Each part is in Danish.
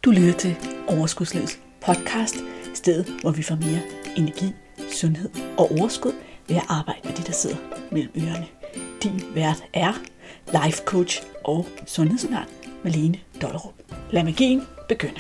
Du lytter til Overskudslivets podcast, stedet hvor vi får mere energi, sundhed og overskud ved at arbejde med de, der sidder mellem ørerne. Din vært er life coach og sundhedsundern Malene Dollerup. Lad magien begynde.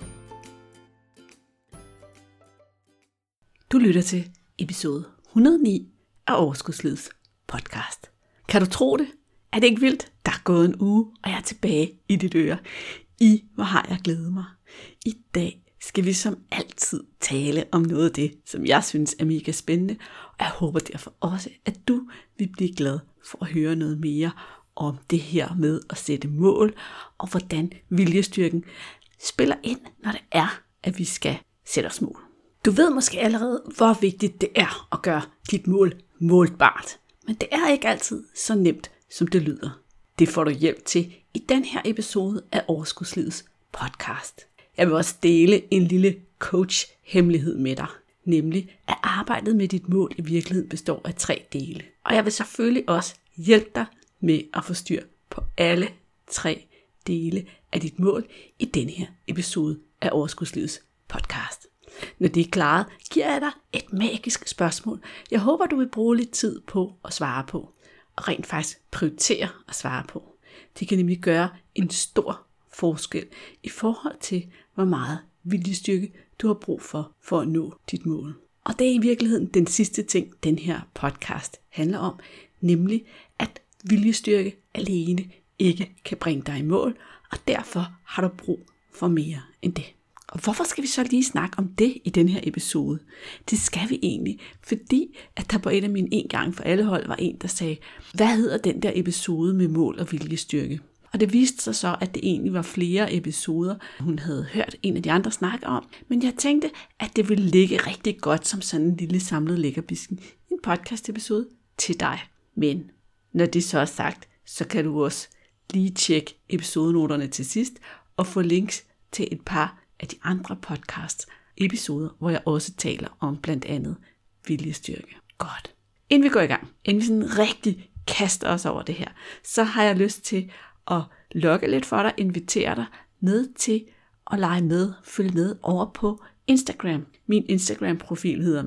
Du lytter til episode 109 af Overskudslivets podcast. Kan du tro det? Er det ikke vildt? Der er gået en uge, og jeg er tilbage i dit øre. Hvor har jeg glædet mig. I dag skal vi som altid tale om noget af det, som jeg synes er mega spændende. Og jeg håber derfor også, at du vil blive glad for at høre noget mere om det her med at sætte mål, og hvordan viljestyrken spiller ind, når det er, at vi skal sætte os mål. Du ved måske allerede, hvor vigtigt det er at gøre dit mål målbart. Men det er ikke altid så nemt, som det lyder. Det får du hjælp til i den her episode af Overskudslivets podcast. Jeg vil også dele en lille coach-hemmelighed med dig, nemlig at arbejdet med dit mål i virkeligheden består af 3 dele. Og jeg vil selvfølgelig også hjælpe dig med at få styr på alle 3 dele af dit mål i denne her episode af Overskudslivets podcast. Når det er klaret, giver jeg dig et magisk spørgsmål. Jeg håber, du vil bruge lidt tid på at svare på, og rent faktisk prioritere at svare på. Det kan nemlig gøre en stor forskel i forhold til, hvor meget viljestyrke du har brug for at nå dit mål. Og det er i virkeligheden den sidste ting, den her podcast handler om, nemlig at viljestyrke alene ikke kan bringe dig i mål, og derfor har du brug for mere end det. Og hvorfor skal vi så lige snakke om det i den her episode? Det skal vi egentlig, fordi at der på et af mine en gang for alle hold var en, der sagde, hvad hedder den der episode med mål og viljestyrke? Og det viste sig så, at det egentlig var flere episoder, hun havde hørt en af de andre snakke om. Men jeg tænkte, at det ville ligge rigtig godt som sådan en lille samlet lækkerbisken i en podcast episode til dig. Men når det så er sagt, så kan du også lige tjekke episodenoterne til sidst og få links til et par af de andre podcast episoder, hvor jeg også taler om blandt andet viljestyrke. Godt. Inden vi går i gang, inden vi sådan rigtig kaster os over det her, så har jeg lyst til at lokke lidt for dig, invitere dig med til at lege med, følge med over på Instagram. Min Instagram-profil hedder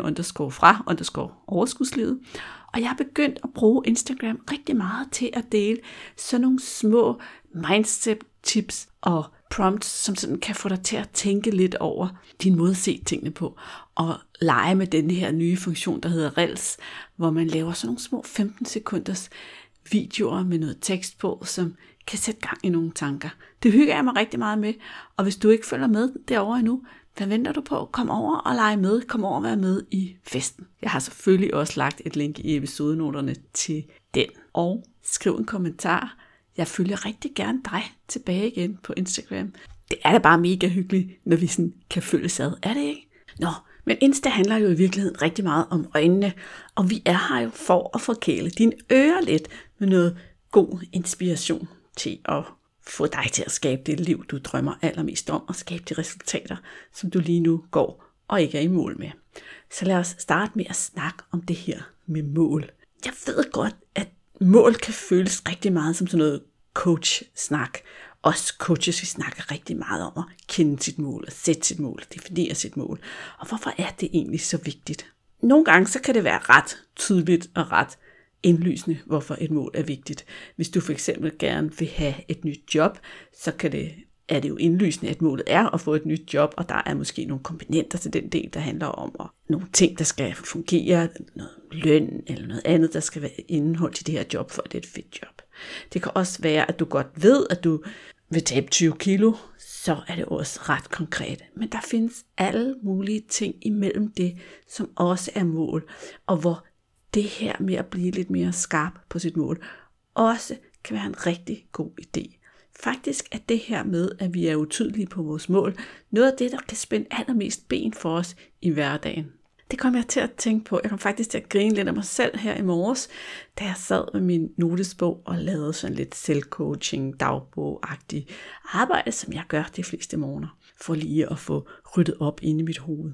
Malene_fra_overskudslivet, og jeg har begyndt at bruge Instagram rigtig meget til at dele sådan nogle små mindset-tips og prompts, som sådan kan få dig til at tænke lidt over din måde at se tingene på, og lege med den her nye funktion, der hedder Reels, hvor man laver sådan nogle små 15 sekunders videoer med noget tekst på, som kan sætte gang i nogle tanker. Det hygger jeg mig rigtig meget med, og hvis du ikke følger med derovre endnu, hvad venter du på? Kom over og lege med, kom over og være med i festen. Jeg har selvfølgelig også lagt et link i episodenoterne til den, og skriv en kommentar. Jeg følger rigtig gerne dig tilbage igen på Instagram. Det er da bare mega hyggeligt, når vi sådan kan følges ad. Er det ikke? Nå, men Insta handler jo i virkeligheden rigtig meget om øjnene. Og vi er her jo for at forkæle dine ører lidt med noget god inspiration til at få dig til at skabe det liv, du drømmer allermest om. Og skabe de resultater, som du lige nu går og ikke er i mål med. Så lad os starte med at snakke om det her med mål. Jeg ved godt, at mål kan føles rigtig meget som sådan noget coach-snak. Os coaches, vi snakker rigtig meget om at kende sit mål, og sætte sit mål, definere sit mål. Og hvorfor er det egentlig så vigtigt? Nogle gange så kan det være ret tydeligt og ret indlysende, hvorfor et mål er vigtigt. Hvis du for eksempel gerne vil have et nyt job, så er det jo indlysende, at målet er at få et nyt job, og der er måske nogle komponenter til den del, der handler om og nogle ting, der skal fungere, noget løn eller noget andet, der skal være indeholdt i det her job, for at det er et fedt job. Det kan også være, at du godt ved, at du vil tabe 20 kilo, så er det også ret konkret. Men der findes alle mulige ting imellem det, som også er mål, og hvor det her med at blive lidt mere skarp på sit mål, også kan være en rigtig god idé. Faktisk er det her med, at vi er utydelige på vores mål, noget af det, der kan spænde allermest ben for os i hverdagen. Det kom jeg til at tænke på. Jeg kom faktisk til at grine lidt af mig selv her i morges, da jeg sad med min notesbog og lavede sådan lidt selvcoaching, dagbog-agtigt arbejde, som jeg gør de fleste morgener, for lige at få ryddet op inde i mit hoved.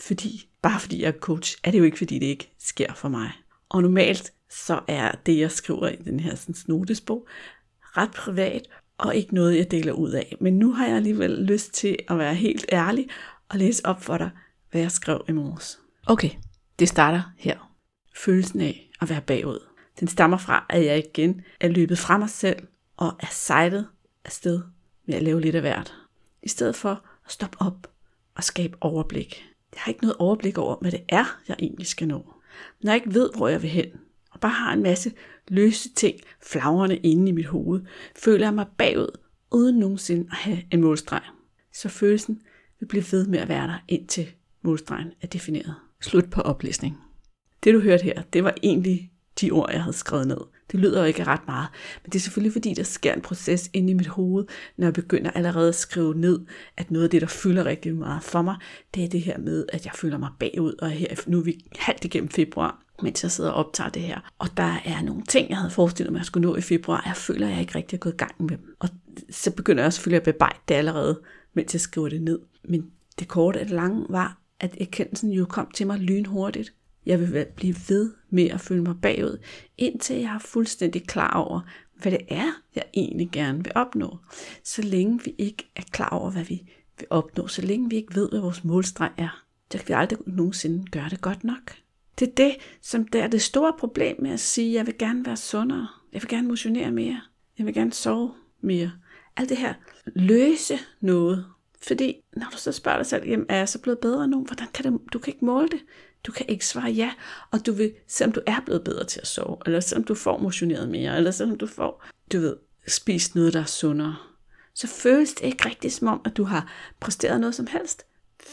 Bare fordi jeg er coach, er det jo ikke, fordi det ikke sker for mig. Og normalt så er det, jeg skriver i den her sådan, notesbog, ret privat, og ikke noget, jeg deler ud af. Men nu har jeg alligevel lyst til at være helt ærlig og læse op for dig, hvad jeg skrev i morges. Okay, det starter her. Følelsen af at være bagud. Den stammer fra, at jeg igen er løbet fra mig selv og er sejlet afsted med at lave lidt af hvert. I stedet for at stoppe op og skabe overblik. Jeg har ikke noget overblik over, hvad det er, jeg egentlig skal nå. Når jeg ikke ved, hvor jeg vil hen, og bare har en masse løse ting flagrende inde i mit hoved, føler jeg mig bagud, uden nogensinde at have en målstreg. Så følelsen vil blive ved med at være der, indtil målstregen er defineret. Slut på oplæsning. Det du hørte her, det var egentlig de ord, jeg havde skrevet ned. Det lyder jo ikke ret meget, men det er selvfølgelig fordi, der sker en proces inde i mit hoved, når jeg begynder allerede at skrive ned, at noget af det, der fylder rigtig meget for mig, det er det her med, at jeg føler mig bagud, og nu er vi halvt igennem februar, mens jeg sidder og optager det her. Og der er nogle ting, jeg havde forestillet mig, at jeg skulle nå i februar, og jeg føler, at jeg ikke rigtig er gået i gang med dem. Og så begynder jeg selvfølgelig at bebrejde det allerede, mens jeg skriver det ned. Men det korte og det lange var, at erkendelsen jo kom til mig lynhurtigt. Jeg vil blive ved med at føle mig bagud, indtil jeg er fuldstændig klar over, hvad det er, jeg egentlig gerne vil opnå. Så længe vi ikke er klar over, hvad vi vil opnå, så længe vi ikke ved, hvad vores målstreg er, så kan vi aldrig nogensinde gøre det godt nok. Det er det, som der er det store problem med at sige, at jeg vil gerne være sundere, jeg vil gerne motionere mere, jeg vil gerne sove mere. Alt det her løse noget. Fordi når du så spørger dig selv, jamen er jeg så blevet bedre nu? Hvordan kan du kan ikke måle det. Du kan ikke svare ja, og du vil, selvom du er blevet bedre til at sove, eller selvom du får motioneret mere, eller selvom du får, spist noget, der er sundere, så føles det ikke rigtig som om, at du har præsteret noget som helst,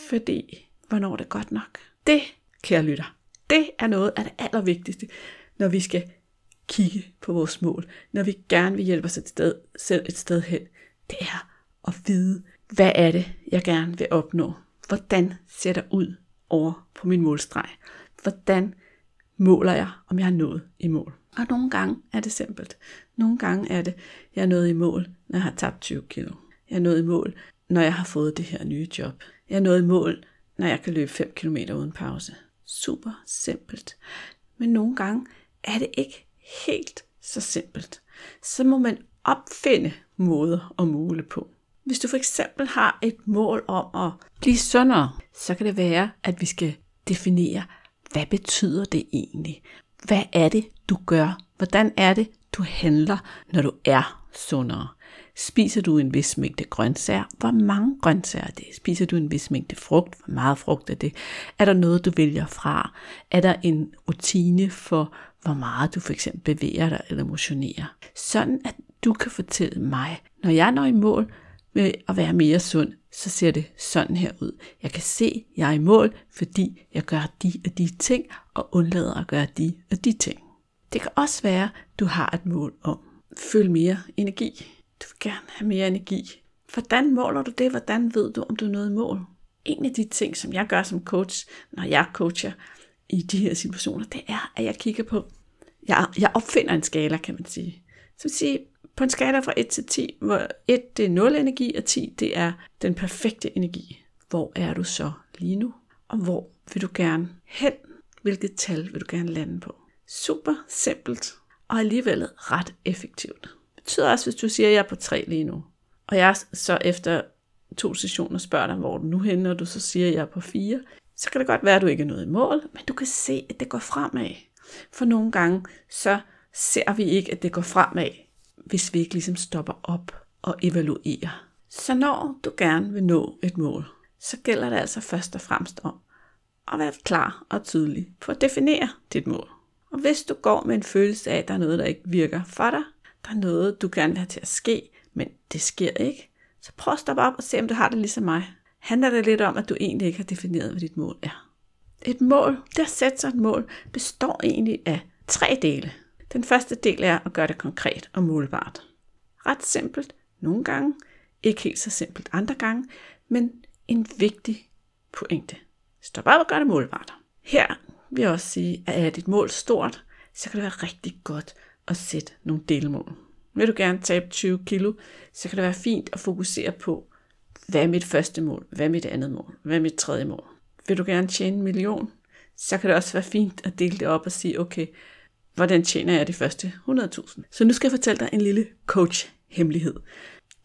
fordi hvornår er det godt nok? Det, kære lytter, det er noget af det allervigtigste, når vi skal kigge på vores mål, når vi gerne vil hjælpe os selv et sted hen. Det er at vide, hvad er det, jeg gerne vil opnå? Hvordan ser det ud over på min målstreg? Hvordan måler jeg, om jeg har nået i mål? Og nogle gange er det simpelt. Nogle gange er det, jeg er nået i mål, når jeg har tabt 20 kilo. Jeg er nået i mål, når jeg har fået det her nye job. Jeg er nået i mål, når jeg kan løbe 5 km uden pause. Super simpelt. Men nogle gange er det ikke helt så simpelt. Så må man opfinde måder at måle på. Hvis du for eksempel har et mål om at blive sundere, så kan det være, at vi skal definere, hvad betyder det egentlig? Hvad er det, du gør? Hvordan er det, du handler, når du er sundere? Spiser du en vis mængde grøntsager? Hvor mange grøntsager er det? Spiser du en vis mængde frugt? Hvor meget frugt er det? Er der noget, du vælger fra? Er der en rutine for, hvor meget du for eksempel bevæger dig eller motionerer? Sådan at du kan fortælle mig, når jeg når i mål med at være mere sund, så ser det sådan her ud. Jeg kan se, at jeg er i mål, fordi jeg gør de og de ting, og undlader at gøre de og de ting. Det kan også være, at du har et mål om at føle mere energi. Du vil gerne have mere energi. Hvordan måler du det? Hvordan ved du, om du er nået i mål? En af de ting, som jeg gør som coach, når jeg coacher i de her situationer, det er, at jeg kigger på, jeg opfinder en skala, kan man sige. Så vil sige, på en skala fra 1 til 10, hvor 1 det er 0 energi, og 10 det er den perfekte energi. Hvor er du så lige nu? Og hvor vil du gerne hen? Hvilket tal vil du gerne lande på? Super simpelt, og alligevel ret effektivt. Det betyder også, hvis du siger, at jeg er på 3 lige nu, og jeg så efter 2 sessioner spørger dig, hvor du nu henne, og du så siger, at jeg er på 4, så kan det godt være, at du ikke er nået i mål, men du kan se, at det går fremad. For nogle gange, så ser vi ikke, at det går fremad, hvis vi ikke ligesom stopper op og evaluerer. Så når du gerne vil nå et mål, så gælder det altså først og fremmest om at være klar og tydelig på at definere dit mål. Og hvis du går med en følelse af, at der er noget, der ikke virker for dig, der er noget, du gerne vil have til at ske, men det sker ikke, så prøv at stoppe op og se, om du har det ligesom mig. Handler det lidt om, at du egentlig ikke har defineret, hvad dit mål er? Et mål, det at sætte sig et mål, består egentlig af 3 dele. Den første del er at gøre det konkret og målbart. Ret simpelt, nogle gange, ikke helt så simpelt andre gange, men en vigtig pointe. Stop op og gør det målbart. Her vil jeg også sige, at er dit mål stort, så kan det være rigtig godt at sætte nogle delmål. Vil du gerne tabe 20 kilo, så kan det være fint at fokusere på, hvad er mit første mål, hvad er mit andet mål, hvad er mit tredje mål. Vil du gerne tjene 1 million, så kan det også være fint at dele det op og sige, okay, hvordan tjener jeg de første 100.000? Så nu skal jeg fortælle dig en lille coach-hemmelighed.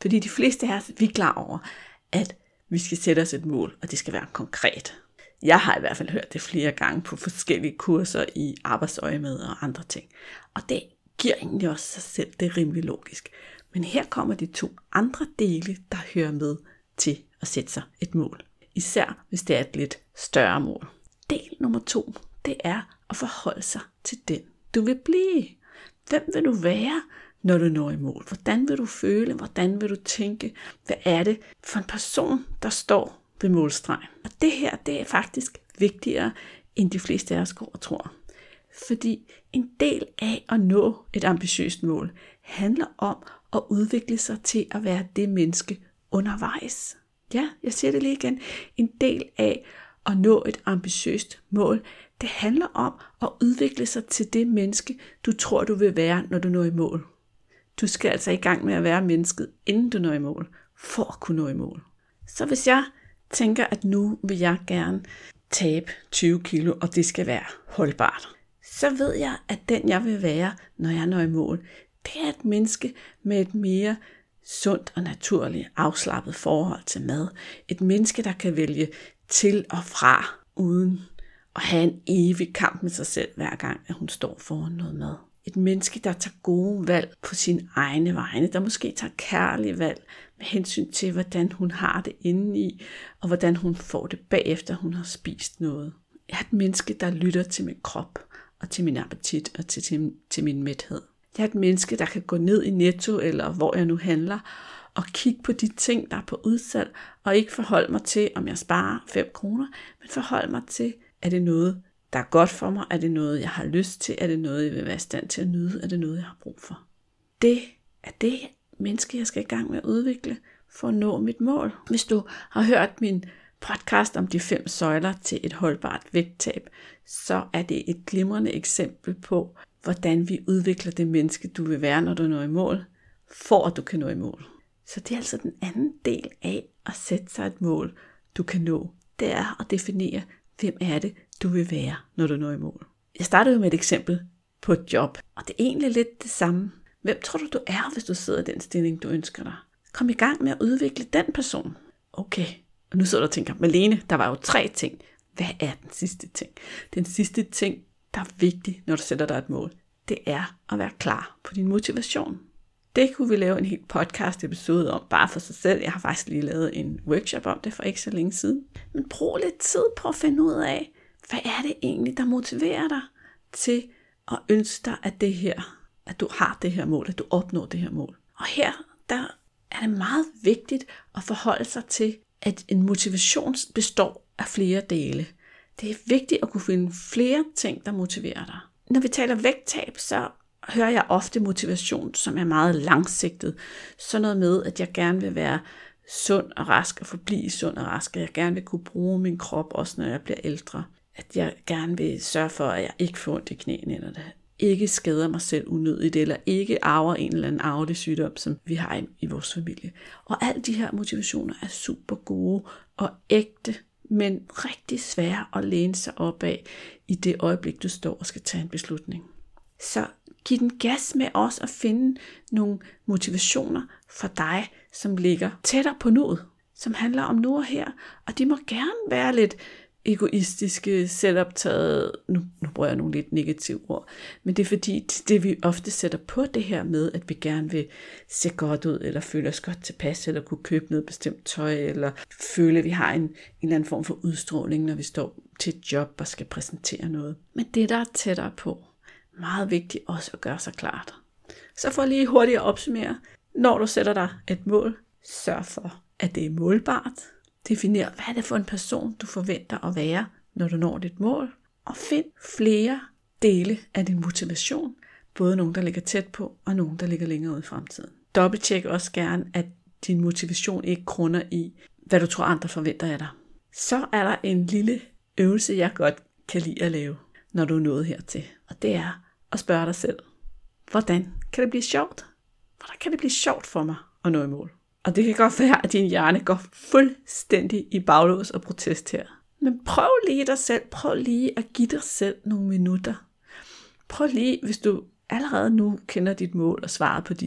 Fordi de fleste af os, vi er klar over, at vi skal sætte os et mål, og det skal være konkret. Jeg har i hvert fald hørt det flere gange på forskellige kurser i arbejdsøjemed og andre ting. Og det giver egentlig også sig selv, det er rimelig logisk. Men her kommer de 2 andre dele, der hører med til at sætte sig et mål. Især hvis det er et lidt større mål. Del nummer 2, det er at forholde sig til den, du vil blive. Hvem vil du være, når du når i mål? Hvordan vil du føle? Hvordan vil du tænke? Hvad er det for en person, der står ved målstregen? Og det her, det er faktisk vigtigere, end de fleste af os går og tror. Fordi en del af at nå et ambitiøst mål handler om at udvikle sig til at være det menneske undervejs. Ja, jeg siger det lige igen. En del af at nå et ambitiøst mål, det handler om at udvikle sig til det menneske, du tror, du vil være, når du når i mål. Du skal altså i gang med at være mennesket, inden du når i mål, for at kunne nå i mål. Så hvis jeg tænker, at nu vil jeg gerne tabe 20 kilo, og det skal være holdbart, så ved jeg, at den jeg vil være, når jeg når i mål, det er et menneske med et mere sundt og naturligt afslappet forhold til mad. Et menneske, der kan vælge til og fra, uden at have en evig kamp med sig selv, hver gang at hun står foran noget mad. Et menneske, der tager gode valg på sine egne vegne, der måske tager kærlige valg med hensyn til, hvordan hun har det indeni, og hvordan hun får det bagefter, hun har spist noget. Jeg er et menneske, der lytter til min krop, og til min appetit, og til min mæthed. Jeg er et menneske, der kan gå ned i Netto, eller hvor jeg nu handler, og kigge på de ting, der er på udsalg, og ikke forholde mig til, om jeg sparer 5 kroner, men forholde mig til, er det noget, der er godt for mig? Er det noget, jeg har lyst til? Er det noget, jeg vil være i stand til at nyde? Er det noget, jeg har brug for? Det er det menneske, jeg skal i gang med at udvikle for at nå mit mål. Hvis du har hørt min podcast om de 5 søjler til et holdbart vægttab, så er det et glimrende eksempel på, hvordan vi udvikler det menneske, du vil være, når du når i mål, for at du kan nå i mål. Så det er altså den anden del af at sætte sig et mål, du kan nå. Det er at definere, hvem er det, du vil være, når du når i mål. Jeg startede jo med et eksempel på et job, og det er egentlig lidt det samme. Hvem tror du er, hvis du sidder i den stilling, du ønsker dig? Kom i gang med at udvikle den person. Okay, og nu sidder du og tænker, Malene, der var jo 3 ting. Hvad er den sidste ting? Den sidste ting, der er vigtig, når du sætter dig et mål, det er at være klar på din motivation. Det kunne vi lave en helt podcast episode om, bare for sig selv. Jeg har faktisk lige lavet en workshop om det for ikke så længe siden. Men brug lidt tid på at finde ud af, hvad er det egentlig, der motiverer dig til at ønske dig, at det her, at du har det her mål, at du opnår det her mål. Og her, der er det meget vigtigt at forholde sig til, at en motivation består af flere dele. Det er vigtigt at kunne finde flere ting, der motiverer dig. Når vi taler vægttab, så hører jeg ofte motivation, som er meget langsigtet. Sådan noget med, at jeg gerne vil være sund og rask og forblive sund og rask. At jeg gerne vil kunne bruge min krop, også når jeg bliver ældre. At jeg gerne vil sørge for, at jeg ikke får ondt i knæene, eller det ikke skader mig selv unødigt, eller ikke arver en eller anden arvelig sygdom, som vi har i vores familie. Og alle de her motivationer er super gode og ægte, men rigtig svære at læne sig op af i det øjeblik, du står og skal tage en beslutning. Så giv den gas med os at finde nogle motivationer for dig, som ligger tættere på nuet, som handler om nu og her, og de må gerne være lidt egoistiske, selvoptaget, nu bruger jeg nogle lidt negative ord, men det er fordi, det vi ofte sætter på det her med, at vi gerne vil se godt ud, eller føle os godt tilpas, eller kunne købe noget bestemt tøj, eller føle, at vi har en eller anden form for udstråling, når vi står til et job og skal præsentere noget. Men det, der er tættere på, meget vigtigt også at gøre sig klart. Så for lige hurtigt at opsummere, når du sætter dig et mål, sørg for, at det er målbart. Definer, hvad er det for en person, du forventer at være, når du når dit mål. Og find flere dele af din motivation. Både nogle, der ligger tæt på, og nogle, der ligger længere ud i fremtiden. Dobbelttjek også gerne, at din motivation ikke grunder i, hvad du tror, andre forventer af dig. Så er der en lille øvelse, jeg godt kan lide at lave, når du er nået hertil. Og det er at spørge dig selv, hvordan kan det blive sjovt? Hvordan kan det blive sjovt for mig at nå i mål? Og det kan godt være, at din hjerne går fuldstændig i baglås og protest her. Men prøv lige dig selv. Prøv lige at give dig selv nogle minutter. Prøv lige, hvis du allerede nu kender dit mål og svaret på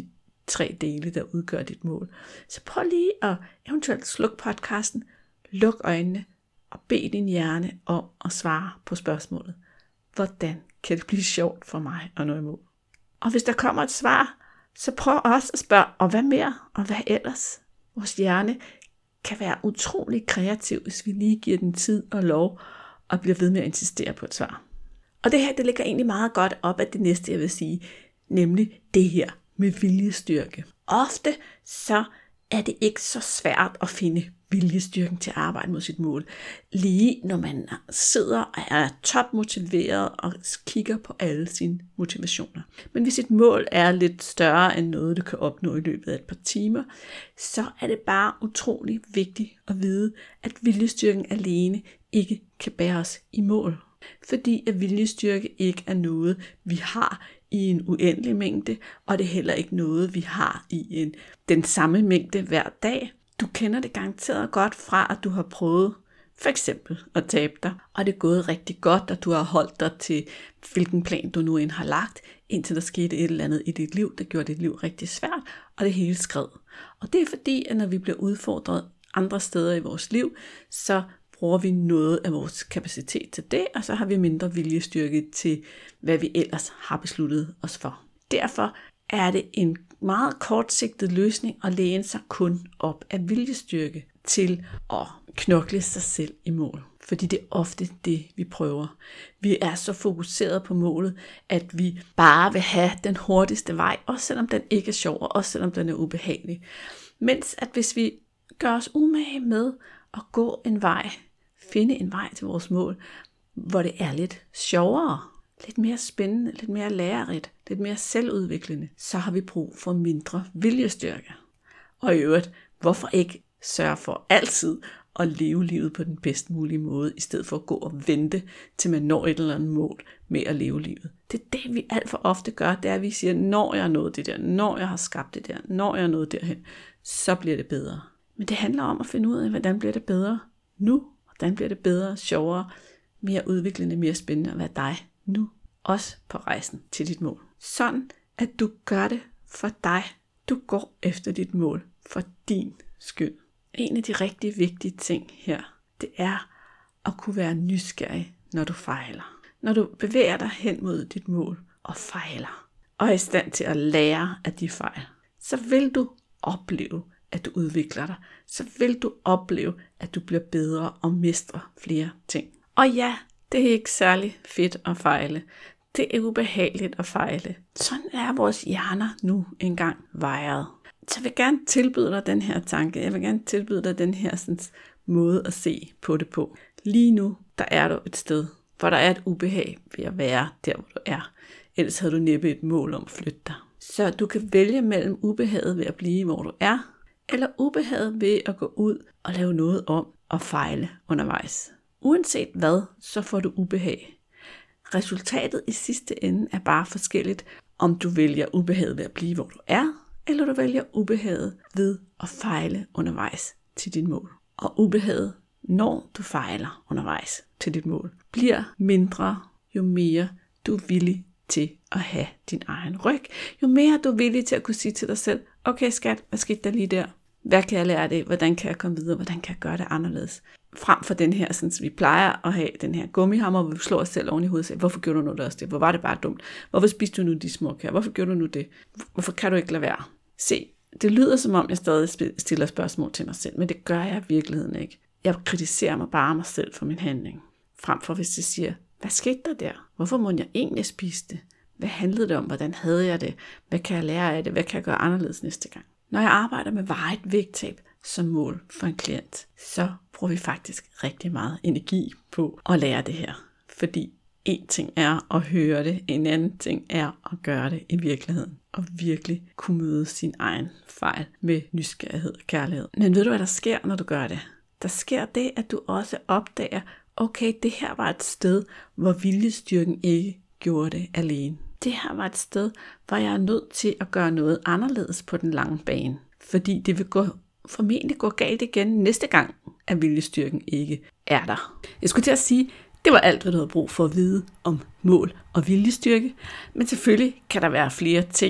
3 dele, der udgør dit mål. Så prøv lige at eventuelt slukke podcasten, luk øjnene og bed din hjerne om at svare på spørgsmålet. Hvordan kan det blive sjovt for mig at nå i mål? Og hvis der kommer et svar, så prøv også at spørge, og hvad mere, og hvad ellers? Vores hjerne kan være utrolig kreativ, hvis vi lige giver den tid og lov, og bliver ved med at insistere på et svar. Og det her, det ligger egentlig meget godt op af det næste, jeg vil sige, nemlig det her med viljestyrke. Ofte så er det ikke så svært at finde viljestyrken til at arbejde mod sit mål. Lige når man sidder og er topmotiveret og kigger på alle sine motivationer. Men hvis et mål er lidt større end noget, du kan opnå i løbet af et par timer, så er det bare utrolig vigtigt at vide, at viljestyrken alene ikke kan bære os i mål. Fordi at viljestyrke ikke er noget, vi har i en uendelig mængde, og det er heller ikke noget, vi har i den samme mængde hver dag. Du kender det garanteret godt fra, at du har prøvet for eksempel at tabe dig, og det er gået rigtig godt, og du har holdt dig til, hvilken plan du nu end har lagt, indtil der skete et eller andet i dit liv, der gjorde dit liv rigtig svært, og det hele skred. Og det er fordi, at når vi bliver udfordret andre steder i vores liv, så bruger vi noget af vores kapacitet til det, og så har vi mindre viljestyrke til, hvad vi ellers har besluttet os for. Derfor er det en meget kortsigtet løsning at læne sig kun op af viljestyrke til at knokle sig selv i mål. Fordi det er ofte det, vi prøver. Vi er så fokuseret på målet, at vi bare vil have den hurtigste vej, også selvom den ikke er sjov, og også selvom den er ubehagelig. Mens at hvis vi gør os umage med at gå en vej, finde en vej til vores mål, hvor det er lidt sjovere, lidt mere spændende, lidt mere lærerigt, lidt mere selvudviklende, så har vi brug for mindre viljestyrke. Og i øvrigt, hvorfor ikke sørge for altid at leve livet på den bedst mulige måde, i stedet for at gå og vente, til man når et eller andet mål med at leve livet. Det er det, vi alt for ofte gør, det er, at vi siger, når jeg har nået det der, når jeg har skabt det der, når jeg er nået derhen, så bliver det bedre. Men det handler om at finde ud af, hvordan bliver det bedre nu, hvordan bliver det bedre, sjovere, mere udviklende, mere spændende at være dig nu, også på rejsen til dit mål. Sådan, at du gør det for dig. Du går efter dit mål for din skyld. En af de rigtig vigtige ting her, det er at kunne være nysgerrig, når du fejler. Når du bevæger dig hen mod dit mål og fejler, og er i stand til at lære af de fejl, så vil du opleve, at du udvikler dig. Så vil du opleve, at du bliver bedre og mestrer flere ting. Og ja, det er ikke særlig fedt at fejle. Det er ubehageligt at fejle. Sådan er vores hjerner nu engang wired. Så jeg vil gerne tilbyde dig den her tanke. Jeg vil gerne tilbyde dig den her måde at se på det på. Lige nu, der er du et sted, hvor der er et ubehag ved at være der, hvor du er. Ellers havde du næppe et mål om at flytte dig. Så du kan vælge mellem ubehaget ved at blive, hvor du er, eller ubehaget ved at gå ud og lave noget om og fejle undervejs. Uanset hvad, så får du ubehag. Resultatet i sidste ende er bare forskelligt, om du vælger ubehaget ved at blive, hvor du er, eller du vælger ubehaget ved at fejle undervejs til dit mål. Og ubehaget, når du fejler undervejs til dit mål, bliver mindre, jo mere du er villig til at have din egen ryg. Jo mere du er villig til at kunne sige til dig selv, okay skat, hvad skete der lige der? Hvad kan jeg lære det? Hvordan kan jeg komme videre? Hvordan kan jeg gøre det anderledes? Frem for den her, sådan, vi plejer at have den her gummihammer, hvor vi slår os selv oven i hovedet og siger, hvorfor gjorde du nu det også det? Hvor var det bare dumt? Hvorfor spiste du nu de små kager? Hvorfor gjorde du nu det? Hvorfor kan du ikke lade være? Se, det lyder som om, jeg stadig stiller spørgsmål til mig selv, men det gør jeg i virkeligheden ikke. Jeg kritiserer mig bare mig selv for min handling. Frem for hvis jeg siger, hvad skete der der? Hvorfor må jeg egentlig spise det? Hvad handlede det om? Hvordan havde jeg det? Hvad kan jeg lære af det? Hvad kan jeg gøre anderledes næste gang? Når jeg arbejder med varigt vægttab som mål for en klient, så bruger vi faktisk rigtig meget energi på at lære det her. Fordi en ting er at høre det, en anden ting er at gøre det i virkeligheden. Og virkelig kunne møde sin egen fejl med nysgerrighed og kærlighed. Men ved du, hvad der sker, når du gør det? Der sker det, at du også opdager, okay, det her var et sted, hvor viljestyrken ikke gjorde det alene. Det her var et sted, hvor jeg er nødt til at gøre noget anderledes på den lange bane. Fordi det vil formentlig gå galt igen næste gang, at viljestyrken ikke er der. Jeg skulle til at sige, det var alt, hvad du havde brug for at vide om mål og viljestyrke. Men selvfølgelig kan der være flere ting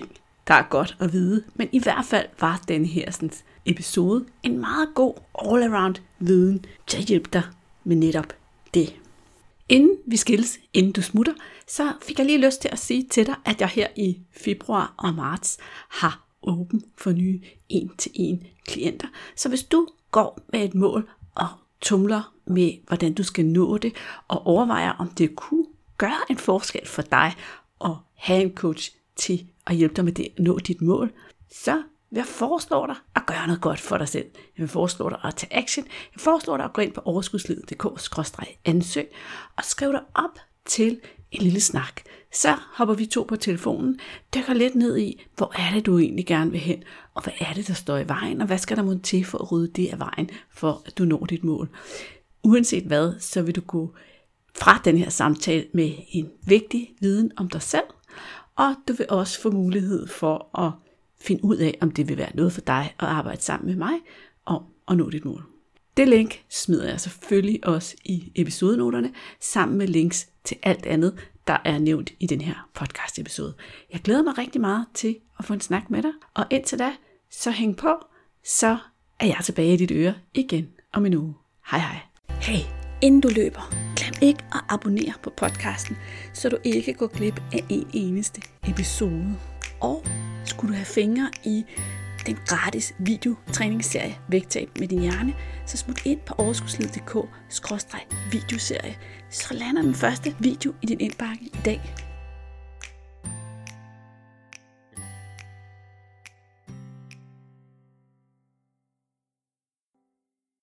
der er godt at vide, men i hvert fald var denne her sådan, episode en meget god all-around viden til at hjælpe dig med netop det. Inden vi skilles, inden du smutter, så fik jeg lige lyst til at sige til dig, at jeg her i februar og marts har åben for nye 1-til-1 klienter. Så hvis du går med et mål og tumler med, hvordan du skal nå det, og overvejer, om det kunne gøre en forskel for dig at have en coach til at hjælpe dig med det, at nå dit mål, så vil jeg foreslå dig at gøre noget godt for dig selv. Jeg vil foreslå dig at tage action. Jeg foreslår dig at gå ind på overskudslivet.dk/ansøg og skrive dig op til en lille snak. Så hopper vi 2 på telefonen, dykker lidt ned i, hvor er det, du egentlig gerne vil hen, og hvad er det, der står i vejen, og hvad skal der må til for at rydde det af vejen, for at du når dit mål. Uanset hvad, så vil du gå fra den her samtale med en vigtig viden om dig selv, og du vil også få mulighed for at finde ud af, om det vil være noget for dig at arbejde sammen med mig om at nå dit mål. Det link smider jeg selvfølgelig også i episodenoterne, sammen med links til alt andet, der er nævnt i den her podcast episode. Jeg glæder mig rigtig meget til at få en snak med dig, og indtil da, så hæng på, så er jeg tilbage i dit øre igen om en uge. Hej hej. Hey, inden du løber, glem ikke at abonnere på podcasten, så du ikke går glip af en eneste episode. Og skulle du have fingre i den gratis videotræningsserie Vægtab med din hjerne, så smut ind på overskudslivet.dk/videoserie, så lander den første video i din indbakke i dag.